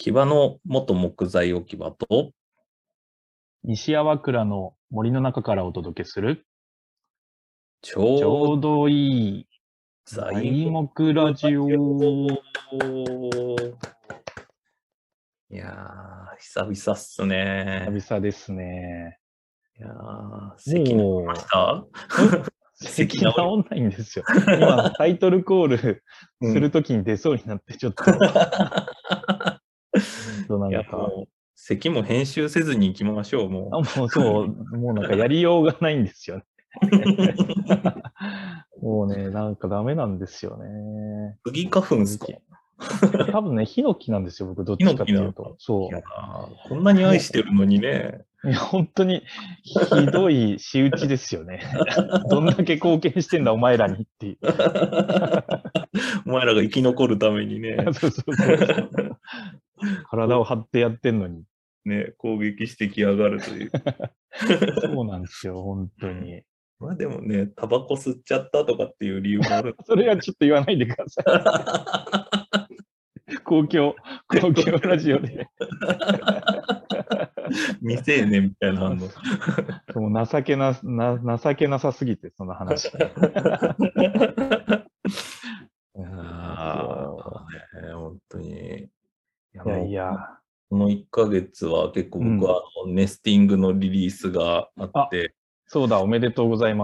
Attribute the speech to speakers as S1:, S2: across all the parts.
S1: 木場の元木材置き場と、
S2: 西粟倉の森の中からお届けする、
S1: ち
S2: ち
S1: ょうど
S2: ょうどいい
S1: 材
S2: 材木ラジオ。
S1: いやー、久々っすね。
S2: 久々ですね。
S1: いやー、咳治りまし
S2: も
S1: た？咳治
S2: 咳治んないんですよ。今、タイトルコール
S1: り、うん。
S2: するときに出そうになって、ちょっとな
S1: いや、
S2: んか、
S1: もう、咳も編集せずに行きましょう、も
S2: もうそう、もうなんかやりようがないんですよね。もうね、なんかダメなんですよね。
S1: う。スギ花粉っすか？
S2: 正直。いや、多分ね、ヒノキなんですよ、僕、どっ
S1: ヒ
S2: ち
S1: ノキなのか？
S2: かっていうと。
S1: いやー、
S2: そ
S1: こんなに
S2: う。
S1: 愛してるのにね。
S2: いや、本当にひどい仕打ちですよね。どんだけ貢献してんだ、お前らにっていう。
S1: お前らが生き残るためにね。
S2: そうそうそうそう。体を張ってやってんのに。
S1: ね、攻撃してきやがるという。
S2: そうなんですよ、本当に。
S1: まあでもね、タバコ吸っちゃったとかっていう理由もある。
S2: それはちょっと言わないでください。公共ラジオで。
S1: 未成年みたいな反応。
S2: もう情けなさすぎて、その話。
S1: いや
S2: そうなんですよ。
S1: ーね、本当に。いや、
S2: いや
S1: もう、
S2: いや。
S1: この1ヶ月は結構
S2: うん。
S1: 僕はネスティングのリリースがあっ
S2: あ、
S1: て、
S2: そうだ、おめでとうございます。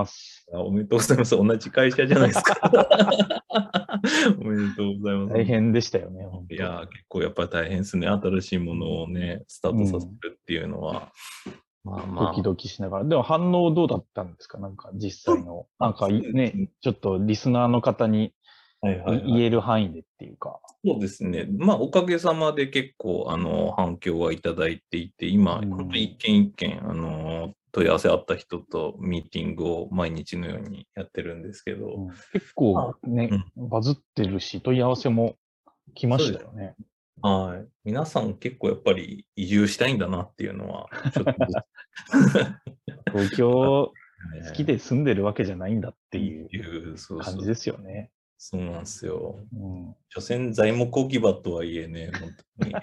S1: おめでとうございます。同じ会社じゃないですか。おめでとうございます。
S2: 大変でしたよね、本当。
S1: いやー、結構やっぱり大変ですね。新しいものをね、スタートさせ
S2: うん。
S1: るっていうのは。まあ
S2: ドキ
S1: ま
S2: ドキしながら。でも反応どうだったんですか？なんか実際の。
S1: あ。そうです
S2: ね、
S1: ね。
S2: ちょっとリスナーの方に
S1: はいはいはい。
S2: 言える範囲でっていうか。
S1: そうですね。まあ、おかげさまで結構、反響はいただいていて、今、
S2: う
S1: 本当に
S2: ん。
S1: 一件一件、問い合わせあった人とミーティングを毎日のようにやってるんですけど、
S2: 結構
S1: まあ、う
S2: ね、
S1: ん、
S2: バズってるし、問い合わせも来ま
S1: そうです。
S2: したよね。
S1: はい。皆さん結構やっぱり移住したいんだなっていうのは、ちょっとずつ
S2: 東京好き
S1: ね、
S2: で住んでるわけじゃないんだって
S1: いいっ
S2: いう
S1: ていう、そうそう、
S2: 感じですよね。
S1: そうなんですよ。
S2: うん。
S1: 所詮材木置き場とはいえね、本当に。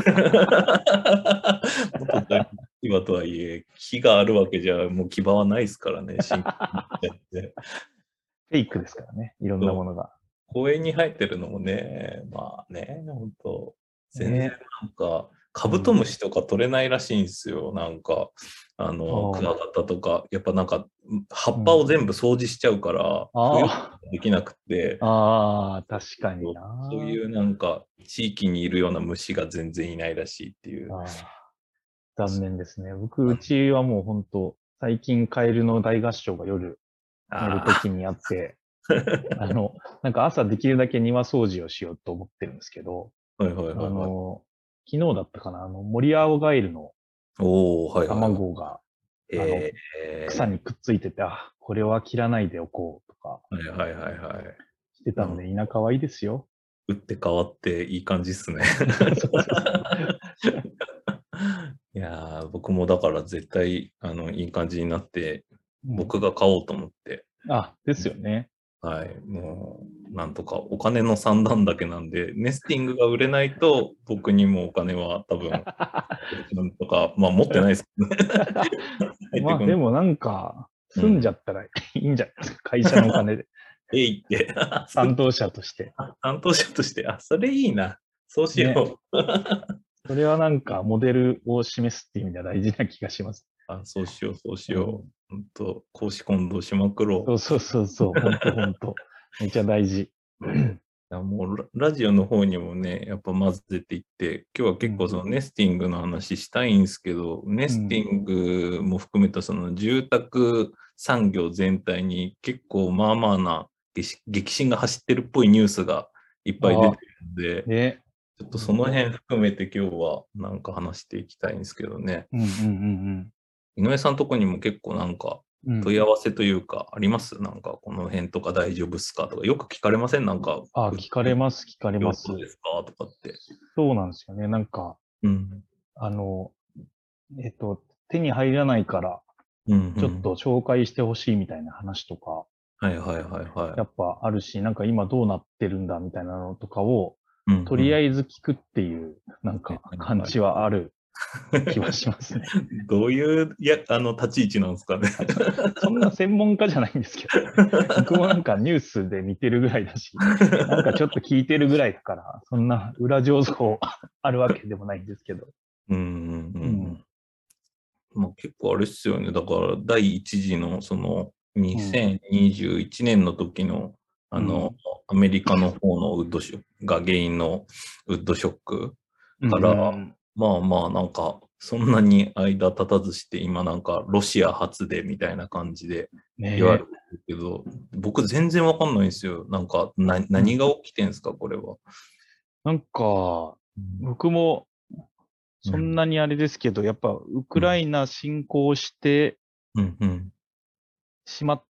S1: 元材木置き場とはいえ、木があるわけじゃ、もう木場はないですからね、新規にやって。
S2: フェイクですからね、いろんなものが。
S1: 公園に生えてるのもね、まあね、本当全然
S2: ね。
S1: なんか、カブト
S2: うん。
S1: ムシとか取れないらしいんですよ。なんか、クワ
S2: ああ。
S1: ガタとか、やっぱなんか、葉っぱ
S2: うん。
S1: を全部掃除しちゃうから、冬
S2: あ
S1: できなくて、
S2: あ。ああ、確かに
S1: そう
S2: な。
S1: いうなんか、地域にいるような虫が全然いないらしいっていう。
S2: ああ。残念ですね。僕、うちはもう本当、最近カエルの大合唱が夜寝ると
S1: あ
S2: きにあって、
S1: あ。
S2: なんか朝できるだけ庭掃除をしようと思ってるんですけど、
S1: はいはい
S2: あ
S1: はいはい。
S2: の、昨日だったかな、モリアオガエルの
S1: おー、はいはいはい。
S2: 卵が、あの、
S1: え
S2: 草にくっついてて、あ、これは切らないでおこうとか
S1: はいはいはいはい。
S2: してた
S1: なん
S2: んで、田舎はいいですよ。
S1: 打って変わっていい感じっすね。
S2: そうそうそう。
S1: いやー、僕もだから絶対、いい感じになって、
S2: うん。
S1: 僕が買おうと思って、
S2: あ、ですよね。
S1: はい、もう、なんとかお金の算段だけなんで、ネスティングが売れないと、僕にもお金は多分、なんとか、まあ持ってないですけどね。入ってこない。
S2: まあでもなんか、住んじゃ
S1: うん。
S2: ったらいいんじゃないですか。会社のお金で。
S1: えいって、
S2: 担当者として。
S1: 担当者として、あ、それいいな。そうし
S2: ね。
S1: よう。
S2: それはなんか、モデルを示すっていう意味では大事な気がします。
S1: あ、そうしよう、そうしよ
S2: うん。
S1: う。本当、公私混同しまくろ
S2: そうそうそうそう。ほんとほんと。めっちゃ大事。
S1: う。いやもうラジオの方にもね、やっぱ混ぜていって、今日は
S2: うん。
S1: 結構そのネスティングの話したいんですけど、ネ
S2: うん。
S1: スティングも含めたその住宅産業全体に結構まあまあな激震が走ってるっぽいニュースがいっぱい出て
S2: あ、
S1: るんで、
S2: ね。
S1: ちょっと
S2: ほんと。
S1: その辺含めて今日はなんか話していきたいんですけどね。
S2: うんうん
S1: 井上さんのとこにも結構なんか
S2: うんうん。うん。
S1: 問い合わせというかあります？なんかこの辺とか大丈夫っすかとかよく聞かれません？なんか、
S2: あ、聞かれます、聞かれます。
S1: 用途ですかとかって。
S2: そうなんですよね。なんか、
S1: うん。
S2: あの、えっと、手に入らないから、
S1: うんう
S2: ちょっ
S1: ん。
S2: と紹介してほしいみたいな話とか、
S1: はいはいはいはい。
S2: やっぱあるし、なんか今どうなってるんだみたいなのとかを、
S1: うんうん。
S2: とりあえず聞くっていう。 なんか感じはある気はしますね。
S1: どういう立ち位置なんですかね。
S2: そんな専門家じゃないんですけどね。僕もなんかニュースで見てるぐらいだし、なんかちょっと聞いてるぐらいだから、そんな裏情報あるわけでもないんですけど。
S1: うんうんう
S2: うん。
S1: ん。まあ、結構あれっすよね。だから第一次のその
S2: うん。
S1: 2021年の時の
S2: うん。
S1: アメリカの方のウッドショックが原因のウッドショック
S2: うん。う
S1: から、
S2: ん。
S1: まあまあなんかそんなに間経たずして今なんかロシア発でみたいな感じで言われ
S2: ね
S1: てるけど、僕全然わかんないんですよ。なんか
S2: え。うん。
S1: 何が起きてんすか、これは。
S2: なんか、
S1: うん
S2: 僕もそん
S1: うん
S2: なにあれですけど、やっぱウク
S1: うん
S2: ライナ侵攻して
S1: うんうん
S2: しまって、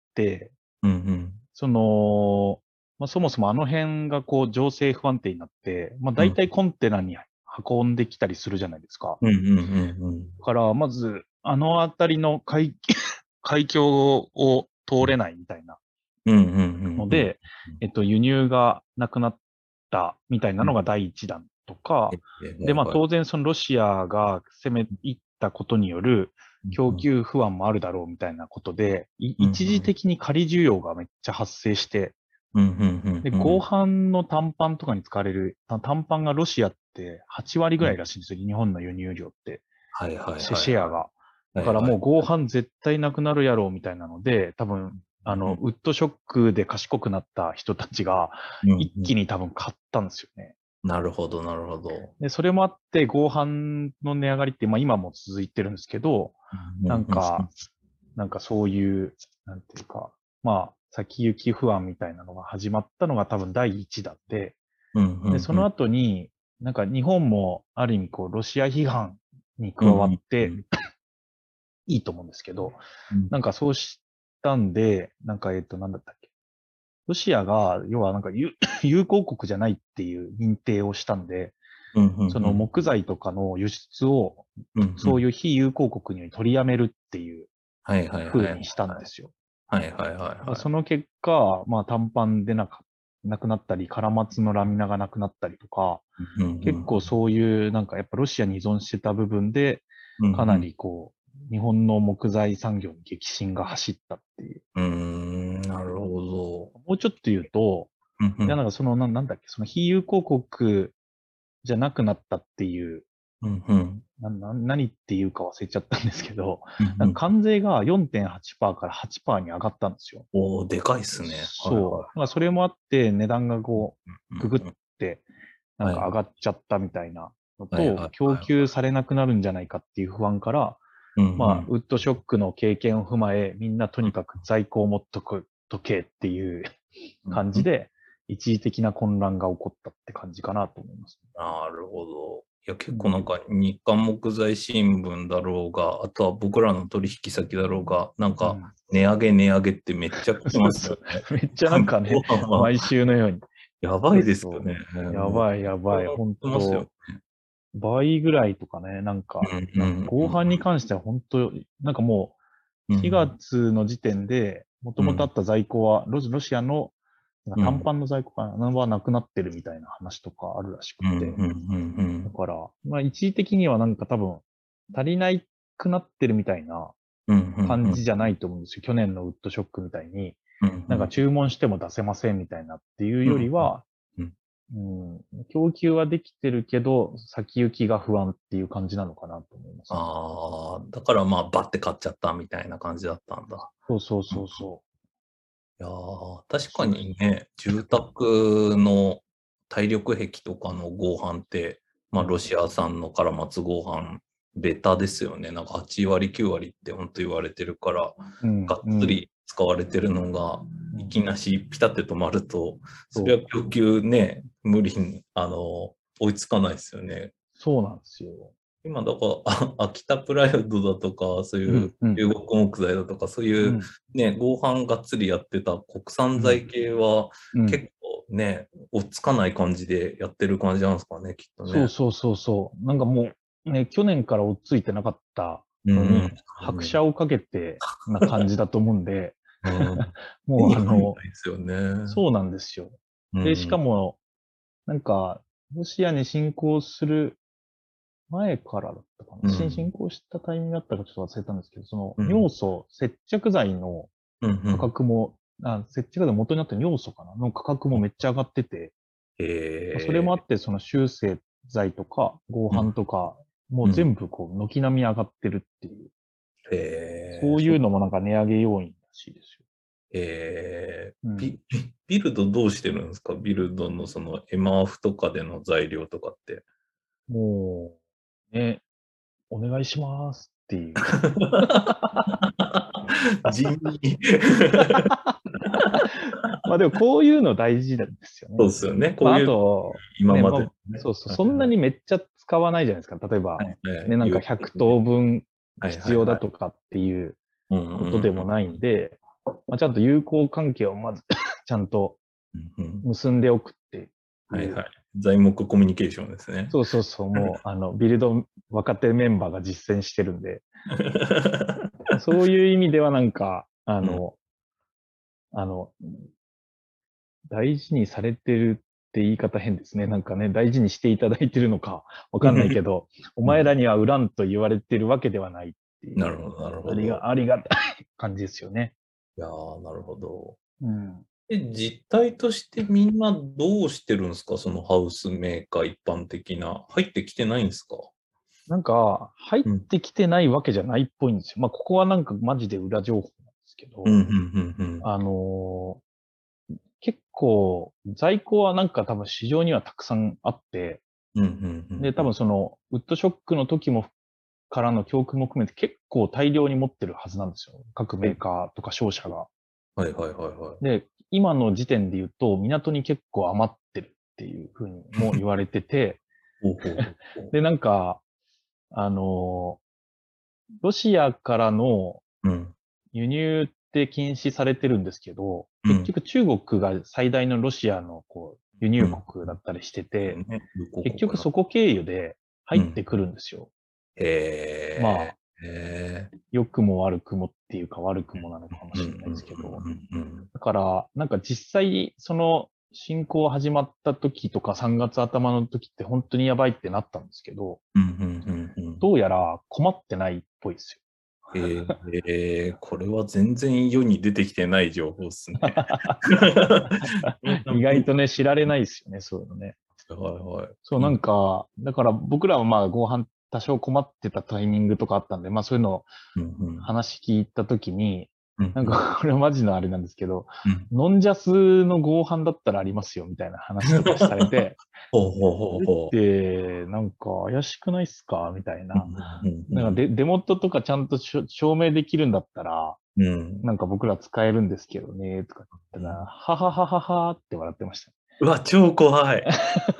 S1: うん
S2: その、まあ、そもそもあの辺がこう情勢不安定になって、まあ、
S1: うん
S2: 大体コンテナに運んできたりするじゃないですか。
S1: うんうんうんうん
S2: だから、まず、あの辺りの海峡を通れないみたいな
S1: うんうんうんうん
S2: ので、輸入がなくなったみたいな
S1: うん
S2: のが第一弾とか、で、まあ
S1: はいはい。
S2: 当然そのロシアが攻め入ったことによる供
S1: うん
S2: 給不安もあるだろうみたいなことで、
S1: うん
S2: 一時的に仮需要がめっちゃ発生して、
S1: うんうん
S2: で、
S1: うんうん
S2: 合板の短パンとかに使われる、短パンがロシアって8割ぐ
S1: うん
S2: らいらしいんですよ。日本の輸入量って、
S1: はいはい
S2: シェ
S1: はいは
S2: シェアが。
S1: い。
S2: だからもう
S1: はいはい。
S2: 合板絶対なくなるやろうみたいなので、多分、
S1: うん
S2: ウッドショックで賢くなった人たちが
S1: うんうん。
S2: 一気に多分買ったんですよね。
S1: なるほどなるほど。
S2: で、それもあって合板の値上がりって、まあ今も続いてるんですけど、
S1: うんうんうん
S2: なんか、なんかそういう、なんていうか、まあ先行き不安みたいなのが始まったのが多分第一弾で、
S1: うんう
S2: で、
S1: んうん
S2: その後に、なんか日本もある意味こうロシア批判に加わ
S1: うん
S2: って
S1: うん
S2: いいと思うんですけど、
S1: うん
S2: なんかそうしたんで、なんかなんだったっけ。ロシアが、要はなんか友好国じゃないっていう認定をしたんで、
S1: うんうん
S2: その
S1: うん
S2: 木材とかの輸出を、
S1: うんうん
S2: そういう非友好国に取りやめるっていう
S1: はいはいはいはい
S2: 風にしたんですよ。
S1: はいはいはいは
S2: その結果、まあ短パンでなくなったり、カラマツのラミナがなくなったりとか、
S1: い。うんうん
S2: 結構そういうなんかやっぱロシアに依存してた部分で、かな
S1: うん
S2: りこう、日本の木材産業に激震が走ったっていう。
S1: うんなるほど。
S2: もうちょっと言うと、いや、
S1: うんうん
S2: なんかなんだっけ、その非友好国じゃなくなったっていう、
S1: うんうん
S2: 何っていうか忘れちゃったんですけど、なんか
S1: うんうん。
S2: 関税が4.8%から8%に上がったんですよ。
S1: おお、でかいっすね。はいは
S2: そう。なんかそれもあって値段がこ
S1: い。
S2: う、ググっ
S1: うんうん
S2: て、なん
S1: はいはい
S2: か上がっちゃったみたいなのと、
S1: はいはい
S2: 供
S1: はい。
S2: 給されなくなるんじゃないかっていう不安から、
S1: うんう
S2: まあ、
S1: ん
S2: ウッドショックの経験を踏まえ、みんなとにかく在庫を持っとけっていう
S1: うんうん
S2: 感じで、一時的な混乱が起こったって感じかなと思います。
S1: なるほど。いや、
S2: うん。
S1: 結構なんか日刊木材新聞だろうが、あとは僕らの取引先だろうが、なんか
S2: うん。
S1: 値上げ値上げってめっちゃ来て
S2: そうそう。
S1: ますよね。
S2: めっちゃなんかね、
S1: ご飯は
S2: 毎週のように。
S1: やば
S2: そう
S1: いですよね。
S2: そう。や
S1: もう、
S2: ばいやばい。
S1: 来
S2: 本
S1: てますよ
S2: 当
S1: ね。
S2: 倍ぐらいとかね、
S1: うんう
S2: なんか
S1: んうん
S2: 合板に関しては本当なんかもう4
S1: うん
S2: 月の時点で、もと
S1: うん
S2: もとあった在庫は、ロシアのなんか短
S1: うん
S2: パンの在庫かなはなくなってるみたいな話とかあるらしく
S1: うんうん
S2: て。
S1: うん
S2: だから、まあ一時的にはなんか多分足りないくなってるみたいな
S1: うんうん
S2: 感じじゃないと思うんですよ。去年のウッドショックみたいに、
S1: うん
S2: なんか注文しても出せませんみたいなっていう
S1: うん
S2: よりは、
S1: うん
S2: うん、供給はできてるけど、先行きが不安っていう感じなのかなと思いますね。
S1: ああ、だからまあ、バッて買っちゃったみたいな感じだったんだ。
S2: そうそう
S1: うん
S2: そうそ
S1: いやー確か
S2: そうそ
S1: にね、住宅の耐力壁とかの合板って、ま
S2: う。
S1: あ、ロシア産のカラマツ合板、ベタですよね。なんか8割、9割って本当言われてるから、
S2: うん、
S1: がっ
S2: うん、
S1: つり使われてるのが、
S2: うん。
S1: いきなしピタって止まると、それは
S2: そう、
S1: 供給ね、無理に、追いつかないですよね。
S2: そうなんですよ。
S1: 今、だから、秋田プライウッドだとか、そういう
S2: うん、うん、
S1: 中国木材だとか、そういう
S2: うん、
S1: ね、合板がっつりやってた国産
S2: うん、
S1: 材系は、
S2: うん。
S1: 結構ね、落ち着かない感じでやってる感じなんですかね、きっとね。
S2: そうそうそうそう。なんかもう、ね、去年から追っついてなかった
S1: うん、
S2: のに、拍車をかけてな感じだと思うんで、
S1: うん。手
S2: もう
S1: に入んないですよね。
S2: そうなんですよ。で、しか
S1: うん、
S2: も、なんか、ロシアに侵攻する前からだったかな。進行したタイミングだったかちょっと忘れたんですけど、その
S1: うん
S2: 尿素、接着剤の価
S1: うんうん。
S2: 格も、接着剤の元になった尿素かなの価格もめっちゃ上がってて、それもあ
S1: え
S2: って、その集成剤とか合
S1: うん
S2: 板とか、もう
S1: うん。
S2: 全部こう、軒並み上がってるっていう、そうい
S1: そう。
S2: うのもなんか値上げ要因らしいですよ。うん。
S1: ビルドどうしてるんですか？ビルドのその MRF とかでの材料とかって。
S2: もう、ね、お願いしますっていう。
S1: 地味。
S2: まあでもこういうの大事なんですよね。
S1: そうですよね。こ
S2: まああ
S1: ういう
S2: と、ね、
S1: 今まで
S2: もう、
S1: ね。
S2: そうそう、
S1: はい
S2: そんなにめっちゃ使わないじゃないですか。例えば、
S1: はいはい。
S2: ね、なんか
S1: 言う
S2: 100
S1: ね。
S2: 等分
S1: はい
S2: 必
S1: はいはい。
S2: 要だとかっていう
S1: うんうん
S2: ことでもないんで、まあ、ちゃんと友好関係をまずちゃんと
S1: うんうん。
S2: 結んでおくっていう。
S1: はいはい。材木コミュニケーションですね。
S2: そうそうそう、もう、ビルド若手メンバーが実践してるんで、そういう意味ではなんか、
S1: うん。
S2: あの、大事にされてるって言い方変ですね。なんかね、大事にしていただいてるのかわかんないけど、お前らには売らんと言われてるわけではないっていう、
S1: なるほど、なるほど。
S2: ありがたい感じですよね。
S1: いやー、なるほど。
S2: うん。
S1: 実態としてみんなどうしてるんですか？そのハウスメーカー一般的な。入ってきてないんですか？
S2: なんか、入っ
S1: うん。
S2: てきてないわけじゃないっぽいんですよ。まあ、ここはなんかマジで裏情報なんですけ
S1: うん、う
S2: ど、
S1: ん、うん、うん。
S2: あの結構、在庫はなんか多分市場にはたくさんあって、
S1: うん、うん、う
S2: で、
S1: ん、
S2: 多分その、ウッドショックの時も、からの教訓も含めて結構大量に持ってるはずなんですよ。各メーカーとか商社が。
S1: はい、はい、はい、はい。
S2: で、今の時点で言うと、港に結構余ってるっていうふうにも言われてて、
S1: ほうほうほうほ
S2: で、なんか、あの、ロシアからの
S1: う。うん、
S2: 輸入って禁止されてるんですけど、
S1: うん、
S2: 結局中国が最大のロシアのこう輸入
S1: うん。
S2: 国だったりしてて、
S1: ね、ウコ
S2: 結
S1: コかな。
S2: 局そこ経由で入
S1: うん。
S2: ってくるんですよ。ま
S1: へ
S2: あ、
S1: え、へえ。
S2: 良くも悪くもっていうか悪くもなのかも
S1: うん、う
S2: しれないで
S1: ん、
S2: すけど、
S1: うん、うん、
S2: だから、なんか実際、その侵攻始まった時とか3月頭の時って本当にやばいってなったんですけど、
S1: うん、うん、うん、うん。
S2: どうやら困ってないっぽいです
S1: これは全然世に出てきてない情報ですね。
S2: よ。意外とね、知られないですよね、そういうのね。
S1: はいはい。
S2: そう、なんか、だから僕らはまあ、合板多少困ってたタイミングとかあったんで、まあそういうのを
S1: うんうん。
S2: 話聞いたときに、なん
S1: うんうん。
S2: かこれはマジのあれなんですけど、
S1: うん。
S2: ノンジャスの合板だったらありますよみたいな話とかされて、
S1: ほうほうほ
S2: それっ
S1: うほ
S2: てなんか怪しくないっすかみたい
S1: う。う
S2: な。
S1: んうん
S2: なんかデモとかちゃんと証明できるんだったら、
S1: うん。うん。
S2: なんか僕ら使えるんですけどね、とか言ったら、はははははって笑ってました。
S1: うわ、超怖い。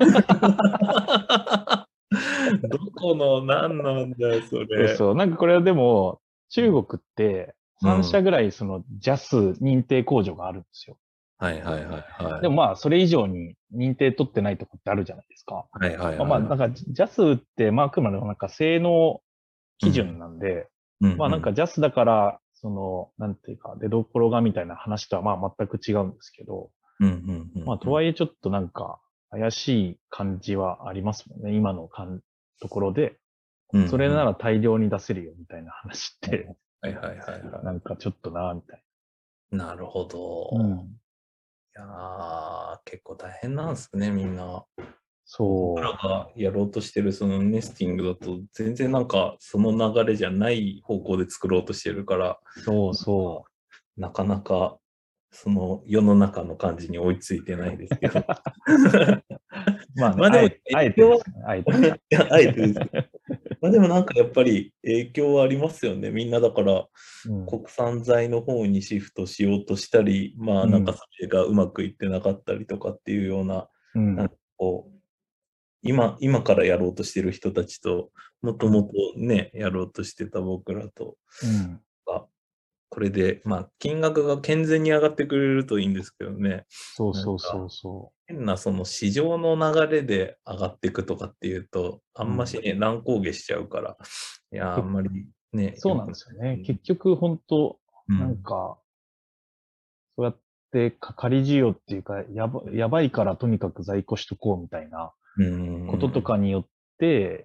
S1: どこの何なんだよ、それ。
S2: そうそう。なんかこれはでも、中
S1: うん。
S2: 国って3
S1: うん。
S2: 社ぐらいその JAS 認定工場があるんですよ。
S1: はいはいはいはい。
S2: でもまあ、それ以上に認定取ってないとこってあるじゃないですか。
S1: はいはい
S2: まあ、
S1: はい。
S2: なんか JAS ってまあ、あくまでもなんか性能基準
S1: うん。
S2: なんで、
S1: うん
S2: まあなんか
S1: うん。
S2: JAS だから、その、なんていうか、出どころがみたいな話とはまあ全く違うんですけど、
S1: うんうんう
S2: まあ
S1: んうん。
S2: とはいえちょっとなんか怪しい感じはありますもんね。今のところで、
S1: うんう
S2: それな
S1: ん。
S2: ら大量に出せるよみたいな話って、
S1: はいはいはいは
S2: なんかちょっとな、みたい
S1: い。なるほ
S2: な。う
S1: ど。
S2: ん。
S1: いやー、結構大変なんですね、みんな。僕ら
S2: そ
S1: がやろうとしてるそのネスティングだと、全然なんかその流れじゃない方向で作ろうとしてるから、
S2: そうそ
S1: なかなかその世の中の感じに追いついてないですけど。
S2: う。まあね、
S1: まあでも
S2: あ
S1: 影響は、
S2: えてですね、あえて。
S1: いや、あえてですけど。まあでもなんかやっぱり影響はありますよね。みんなだから
S2: うん。
S1: 国産材の方にシフトしようとしたり、まあなんか
S2: うん。
S1: それがうまくいってなかったりとかっていうような、
S2: うん。
S1: なんかこう、今からやろうとしてる人たちと、もと
S2: うん。
S1: もとね、やろうとしてた僕らと、
S2: うん。
S1: あ、これで、まあ、金額が健全に上がってくれるといいんですけどね。
S2: そうそうそ
S1: なんか、
S2: うそ
S1: 変なその市場の流れで上がっていくとかっていうと、あ
S2: う。うん。
S1: んましね、乱高下しちゃうから、いや、あ
S2: け
S1: んまりね、
S2: そうなん
S1: 良くな
S2: ですよね。
S1: い。
S2: 結局、本当なん
S1: うん。
S2: か、そうやって仮需要っていうか、やばいからとにかく在庫しとこうみたいな
S1: う
S2: ことと
S1: ん。
S2: かによって、価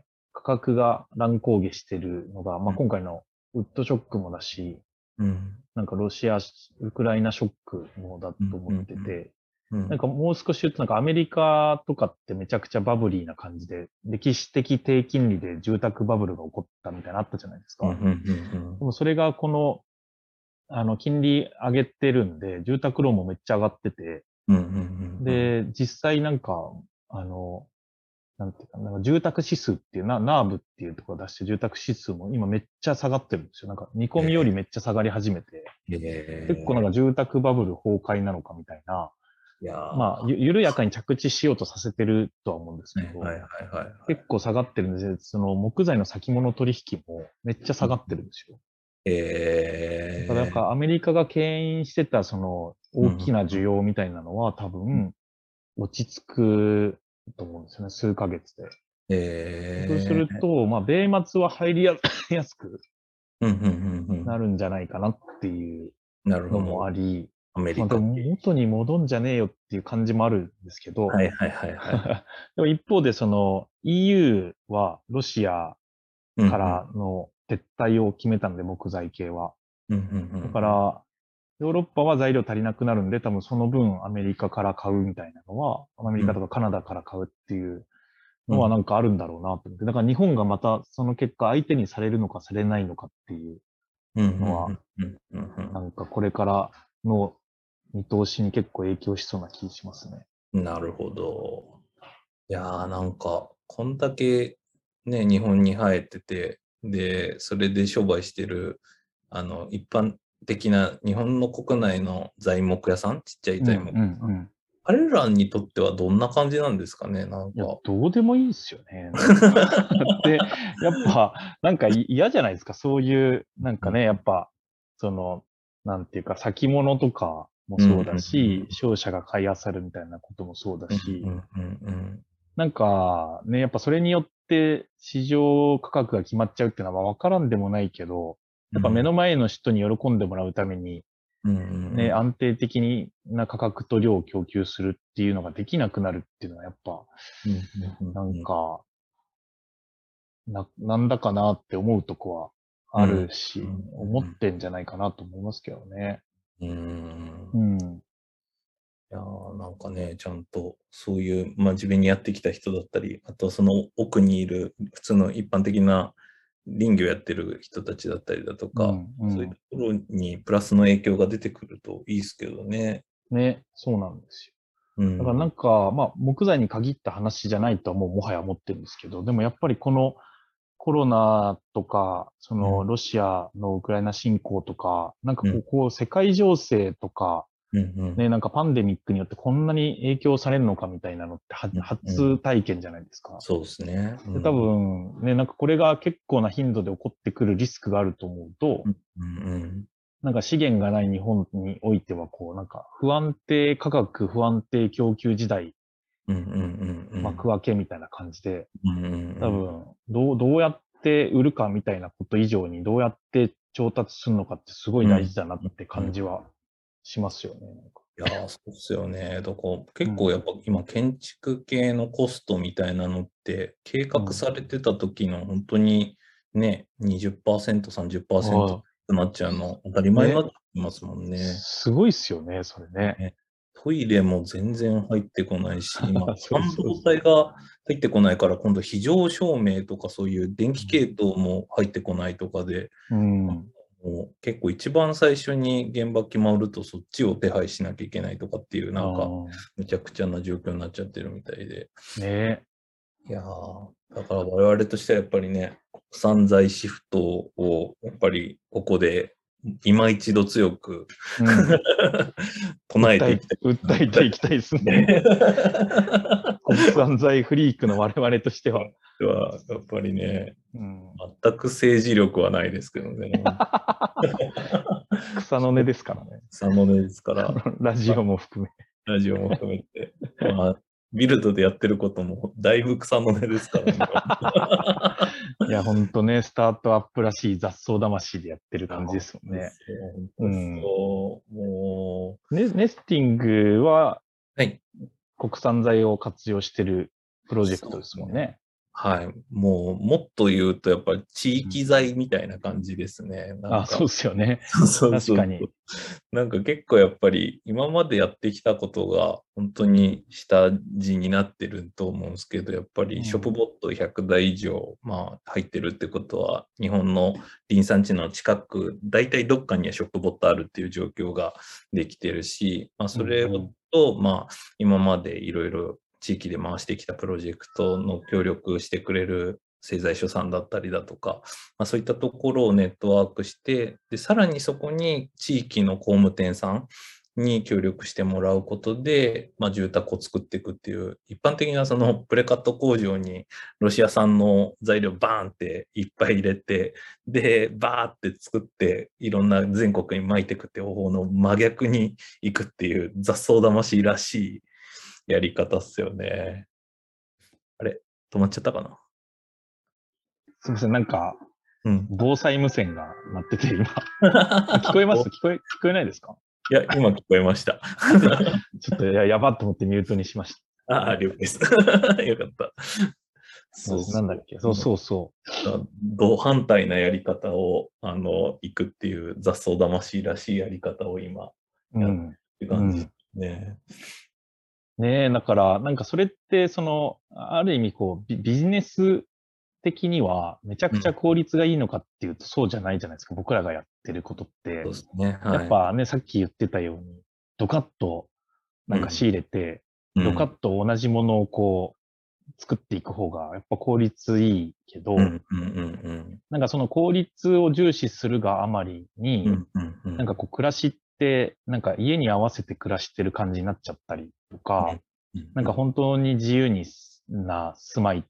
S2: 格が乱高下してるのが、まあ、今回のウッドショックもだし、なんかロシア、ウクライナショックもだと思ってて、なんかもう少し言うとなんかアメリカとかってめちゃくちゃバブリーな感じで、歴史的低金利で住宅バブルが起こったみたいなのあったじゃないですか。でもそれがこの、金利上げてるんで、住宅ローンもめっちゃ上がってて、で、実際なんか、なんていうか、なんか住宅指数っていうナーブっていうところを出して住宅指数も今めっちゃ下がってるんですよ。なんか見込みよりめっちゃ下がり始めて、結構なんか住宅バブル崩壊なのかみたいな、
S1: いや
S2: まあ、緩やかに着地しようとさせてるとは思うんですけど、結構下がってるんで、その木材の先物取引もめっちゃ下がってるんですよ。だからなんかアメリカが牽引してたその大きな需要みたいなのは多分落ち着くと思うんですよね、数ヶ月で。そうすると、まあ、米末は入りやすくなるんじゃないかなっていう
S1: なるほ
S2: のもあ
S1: ど。
S2: り、
S1: アメ
S2: まあでも
S1: リカ系。
S2: 元に戻んじゃねえよっていう感じもあるんですけど、
S1: はいはいはいはい。
S2: でも一方でその EU はロシア
S1: うん
S2: からの撤退を決めたんで、木材系は。
S1: うんうん
S2: だから、ヨーロッパは材料足りなくなるんで、多分その分アメリカから買うみたいなのは、アメリカとかカナダから買うっていうのはなんかあるんだろうなと思って。だから日本がまたその結果相手にされるのかされないのかっていうのは、なんかこれからの見通しに結構影響しそうな気しますね。
S1: なるほど。いやーなんか、こんだけね、日本に生えてて、で、それで商売してる、一般的な日本の国内の材木屋さん、ちっちゃい材木屋さん。あれらにとってはどんな感じなんですかね、なん
S2: いや、
S1: か。
S2: どうでもいいですよね。なんかだって、やっぱ、なんか嫌じゃないですか。そういう、なんかね、やっぱ、その、なんていうか、先物とかもそうだし、商社が買い漁るみたいなこともそうだし、なんかね、やっぱそれによって市場価格が決まっちゃうっていうのはわからんでもないけど、やっぱ目の前の人に喜んでもらうために、ね、安定的な価格と量を供給するっていうのができなくなるっていうのはやっぱ、なんか、なんだかなって思うとこはあるし、思ってんじゃないかなと思いますけどね。うん。
S1: いやーなんかね、ちゃんとそういう真面目にやってきた人だったり、あとその奥にいる普通の一般的な林業やってる人たちだったりだとか、そういうところにプラスの影響が出てくるといいですけどね。
S2: ね、そうなんですよ。
S1: うん。
S2: だからなんか、まあ、木材に限った話じゃないとはもうもはや思ってるんですけど、でもやっぱりこのコロナとか、そのロシアのウクライナ侵攻とか、なんか世界情勢とか、ね、なんかパンデミックによってこんなに影響されるのかみたいなのって初体験じゃないですか。
S1: そうですね。
S2: で、多分ね、なんかこれが結構な頻度で起こってくるリスクがあると思うと、なんか資源がない日本においては、なんか不安定価格、不安定供給時代、幕開けみたいな感じで、多分、どうやって売るかみたいなこと以上に、どうやって調達するのかってすごい大事だなって感じはしますよね。
S1: いやー、そうっすよね。結構やっぱ今建築系のコストみたいなのって計画されてた時の本当にね、20%、30%
S2: あ
S1: となっちゃうの当たり
S2: あ、ね、
S1: 前になってますもんね。
S2: すごいっすよね、それね。
S1: ね、トイレも全然入ってこないし、今、
S2: そう
S1: 半導
S2: そうそ
S1: 体が入ってこないから今度非常照明とかそういう電気
S2: う。
S1: 系統も入ってこないとかで、
S2: うん。
S1: もう結構一番最初に現場決まるとそっちを手配しなきゃいけないとかっていう
S2: あ
S1: なんか
S2: あ、
S1: むちゃくちゃな状況になっちゃってるみたいで。
S2: ね。
S1: いやー、だから我々としてはやっぱりね、国産材シフトをやっぱりここで今一度強く
S2: うん。
S1: 唱えていきたい
S2: 訴えていきたいですね。
S1: ね。
S2: 国産材フリークの我々としては。
S1: やっぱりね、
S2: うん。
S1: 全く政治力はないですけどね。
S2: 草の根ですからね。
S1: 草の根ですから。
S2: ラジオも含め。
S1: ラジオも含めて。まあ、ビルドでやってることもだいぶ草の根ですからね。
S2: いや、ほんとね、スタートアップらしい雑草魂でやってる
S1: あ、
S2: 感じですもんね。
S1: 本当
S2: う
S1: そ
S2: ん。
S1: う。も
S2: ネスティングは
S1: う、はい。
S2: 国産材を活用してるプロジェクトで
S1: そうですね。
S2: すもんね。
S1: はい。もっと言うと、やっぱり地域財みたいな感じですね。なん
S2: そう
S1: か、
S2: ですよね。
S1: そうそうそう
S2: 確かに。
S1: なんか結構やっぱり今までやってきたことが本当に下地になってると思うんですけど、やっぱりショップボット100台以上、入ってるってことは、日本の林産地の近く、大体どっかにはショップボットあるっていう状況ができてるし、それと、今までいろいろ地域で回してきたプロジェクトの協力してくれる製材所さんだったりだとか、そういったところをネットワークして、で、さらにそこに地域の工務店さんに協力してもらうことで、住宅を作っていくっていう、一般的なそのプレカット工場にロシア産の材料バーンっていっぱい入れて、で、バーって作って、いろんな全国に巻いていくっていう方法の真逆に行くっていう雑草魂らしいやり方っすよね。あれ止まっちゃったかな。
S2: すみません、なんか、
S1: うん。
S2: 防災無線が鳴ってて、今。聞こえます聞こえないですか？
S1: いや、今聞こえました。
S2: ちょっとやばっと思ってミュートにしました。
S1: 了解です。よかった。そう
S2: なん
S1: そう。
S2: だっけそうそうそ
S1: 同反対なやり方を、行くっていう雑草魂らしいやり方を今、
S2: う。う
S1: やって
S2: ん。
S1: る感じ
S2: うん。
S1: ね。
S2: ねえ、だから、なんかそれって、ある意味こう、ビジネス的にはめちゃくちゃ
S1: うん。
S2: 効率がいいのかっていうとそうじゃないじゃないですか。僕らがやってることって。
S1: そうですね。はい。
S2: やっぱね、さっき言ってたように、ドカッとなんか仕
S1: うん。
S2: 入れて、ドカッ
S1: うん。
S2: と同じものをこう、作っていく方がやっぱ効率いいけど、
S1: うん。うん。うん。
S2: なんかその効率を重視するがあまりに、
S1: うん。うん。うん。
S2: なんかこう暮らしって、なんか家に合わせて暮らしてる感じになっちゃったりとか、なんか本当に自由にな住まいって、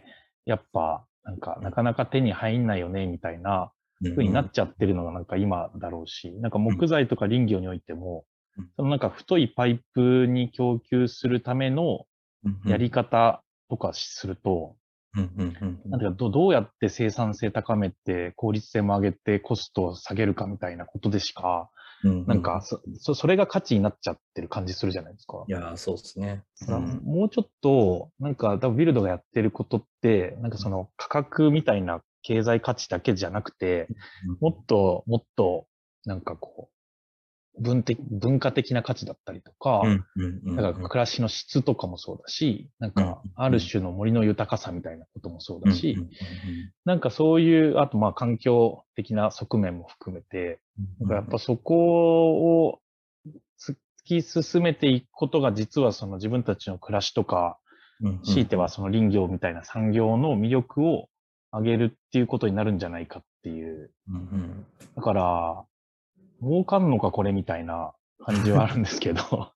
S2: やっぱなんかなかなか手に入んないよね、みたいな風になっちゃってるのがなんか今だろうし、なんか木材とか林業においても、そのなんか太いパイプに供給するためのやり方とかすると、なんていうか、どうやって生産性高めて、効率性も上げて、コストを下げるかみたいなことでしか、なんか、それが価値になっちゃってる感じするじゃないですか。
S1: いやー、そうですね。
S2: もうちょっと、なんか、多分ビルドがやってることって、なんかその価格みたいな経済価値だけじゃなくて、もっと、もっと、なんかこう、文化的な価値だったりとか、だから暮らしの質とかもそうだし、なんか、ある種の森の豊かさみたいなこともそうだし、なんかそういう、あとまあ環境的な側面も含めて、なんかやっぱそこを突き進めていくことが実はその自分たちの暮らしとか、強いてはその林業みたいな産業の魅力を上げるっていうことになるんじゃないかっていう。だから、儲かんのかこれみたいな感じはあるんですけど。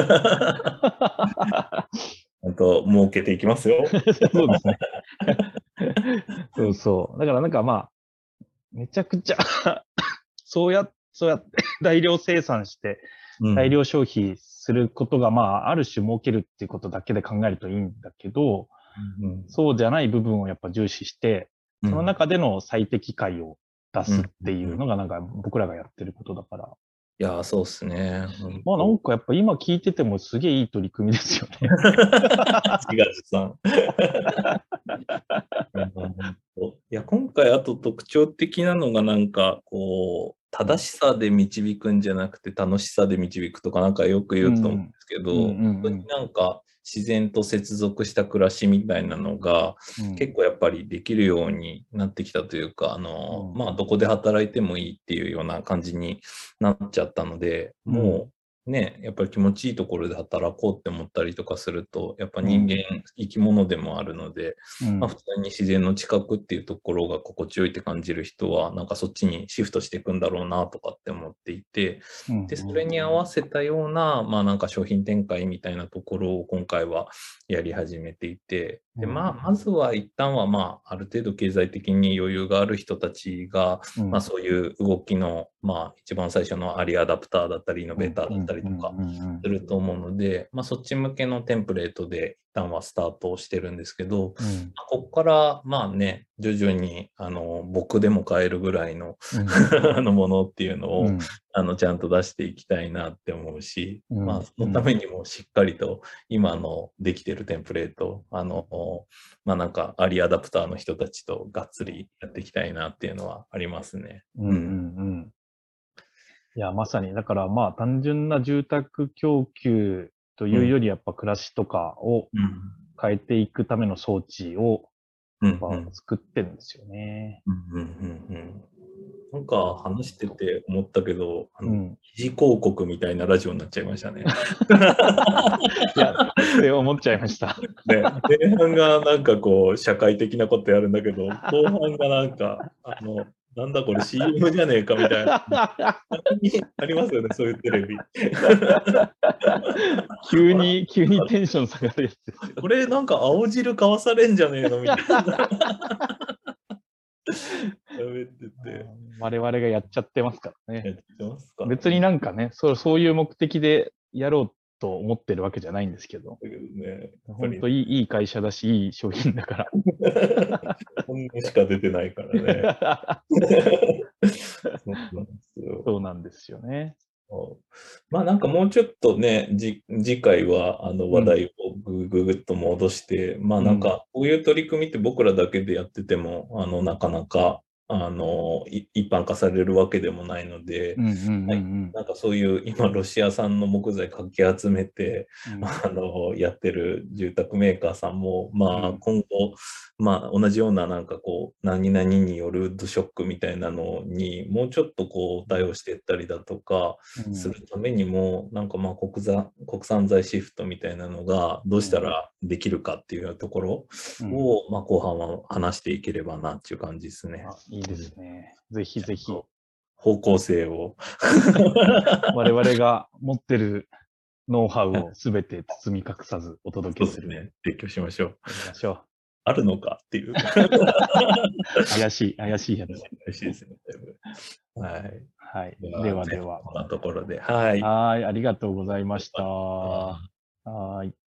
S1: 本当、儲けていきますよ。
S2: そうですね。そうそう。だからなんかまあ、めちゃくちゃそうやって大量生産して、大量消費することがまあ、ある種儲けるっていうことだけで考えるといいんだけど、そうじゃない部分をやっぱ重視して、その中での最適解を出すっていうのがなんか僕らがやってることだから。
S1: いやー、そうですね。
S2: まあなんかやっぱ今聞いててもすげえいい取り組みですよね。
S1: 自画自賛。いや、今回あと特徴的なのがなんか、こう、正しさで導くんじゃなくて楽しさで導くとかなんかよく言うと思うんですけど、本当になんか自然と接続した暮らしみたいなのが結構やっぱりできるようになってきたというか、どこで働いてもいいっていうような感じになっちゃったので、もうね、やっぱり気持ちいいところで働こうって思ったりとかすると、やっぱ人間、生き物でもあるので、普通に自然の近くっていうところが心地よいって感じる人は、なんかそっちにシフトしていくんだろうなとかって思っていて、で、それに合わせたような、なんか商品展開みたいなところを今回はやり始めていて、で、まずは一旦はある程度経済的に余裕がある人たちが、そういう動きの、一番最初のアリアダプターだったり、イノベーターだったりとかすると思うので、そっち向けのテンプレートで旦はスタートしてるんですけど、
S2: うん。
S1: ここからまあね、徐々に僕でも買えるぐらいの
S2: うん。
S1: ものっていうのを
S2: うん。
S1: ちゃんと出していきたいなって思うし、
S2: うん。
S1: まあそのためにもしっかりと今のできてるテンプレート、まあなんかアリアダプターの人たちとがっつりやっていきたいなっていうのはありますね。
S2: うん。うん。うん。いや、まさに、だからまあ単純な住宅供給というよりやっぱ暮らしとかを
S1: うん。
S2: 変えていくための装置を
S1: うん。
S2: やっぱ
S1: うん。
S2: 作ってるんですよね。
S1: うん。うん。うん。うん。なんか話してて思ったけど、
S2: うん。
S1: 記事広告みたいなラジオになっちゃいましたね。
S2: いや、それ思っちゃいました。
S1: ね、前半がなんかこう、社会的なことやるんだけど、後半がなんか、なんだこれ CM じゃねえかみたいな。たまにありますよね、そういうテレビ。
S2: 急にテンション下がるやつですよ。
S1: これなんか青汁買わされんじゃねえのみたいな。喋ってて。
S2: 我々がやっちゃってますからね。
S1: やってますか
S2: 別になんかね、そういう目的でやろうと思ってるわけじゃないんですけど、
S1: だけどね、やっぱり
S2: 本当いい会社だし、いい商品だから。
S1: ほんのしか出てないからね。そうなんですよ。
S2: そうなんですよね。
S1: まあなんかもうちょっとね、次回は話
S2: うん。
S1: 題をぐぐっと戻して、まあなん
S2: うん。
S1: かこういう取り組みって僕らだけでやってても、なかなか、一般化されるわけでもないので、
S2: うん。うん。
S1: はい、
S2: うん。
S1: なんかそういう今ロシア産の木材かき集めて、
S2: うん。
S1: やってる住宅メーカーさんも、まあ
S2: うん。
S1: 今後、まあ同じようななんかこう、何々によるウッドショックみたいなのにもうちょっとこう対応していったりだとか、するためにも、なんかまあ国産材シフトみたいなのがどうしたらできるかっていうところ
S2: うん。
S1: を、まあ後半は話していければなっていう感じですね。
S2: いいですね。ぜひぜひ。
S1: 方向性を。
S2: 我々が持ってるノウハウをすべて包み隠さずお届けする。
S1: そうですね。提供しましょう。
S2: やりましょ
S1: あるのかっていう。
S2: う。怪しいやつ。
S1: 嬉しいですね。だいぶはい。
S2: はい。
S1: では、
S2: ではでは。
S1: こんなところで。はい。
S2: はい。ありがとうございました。はーい。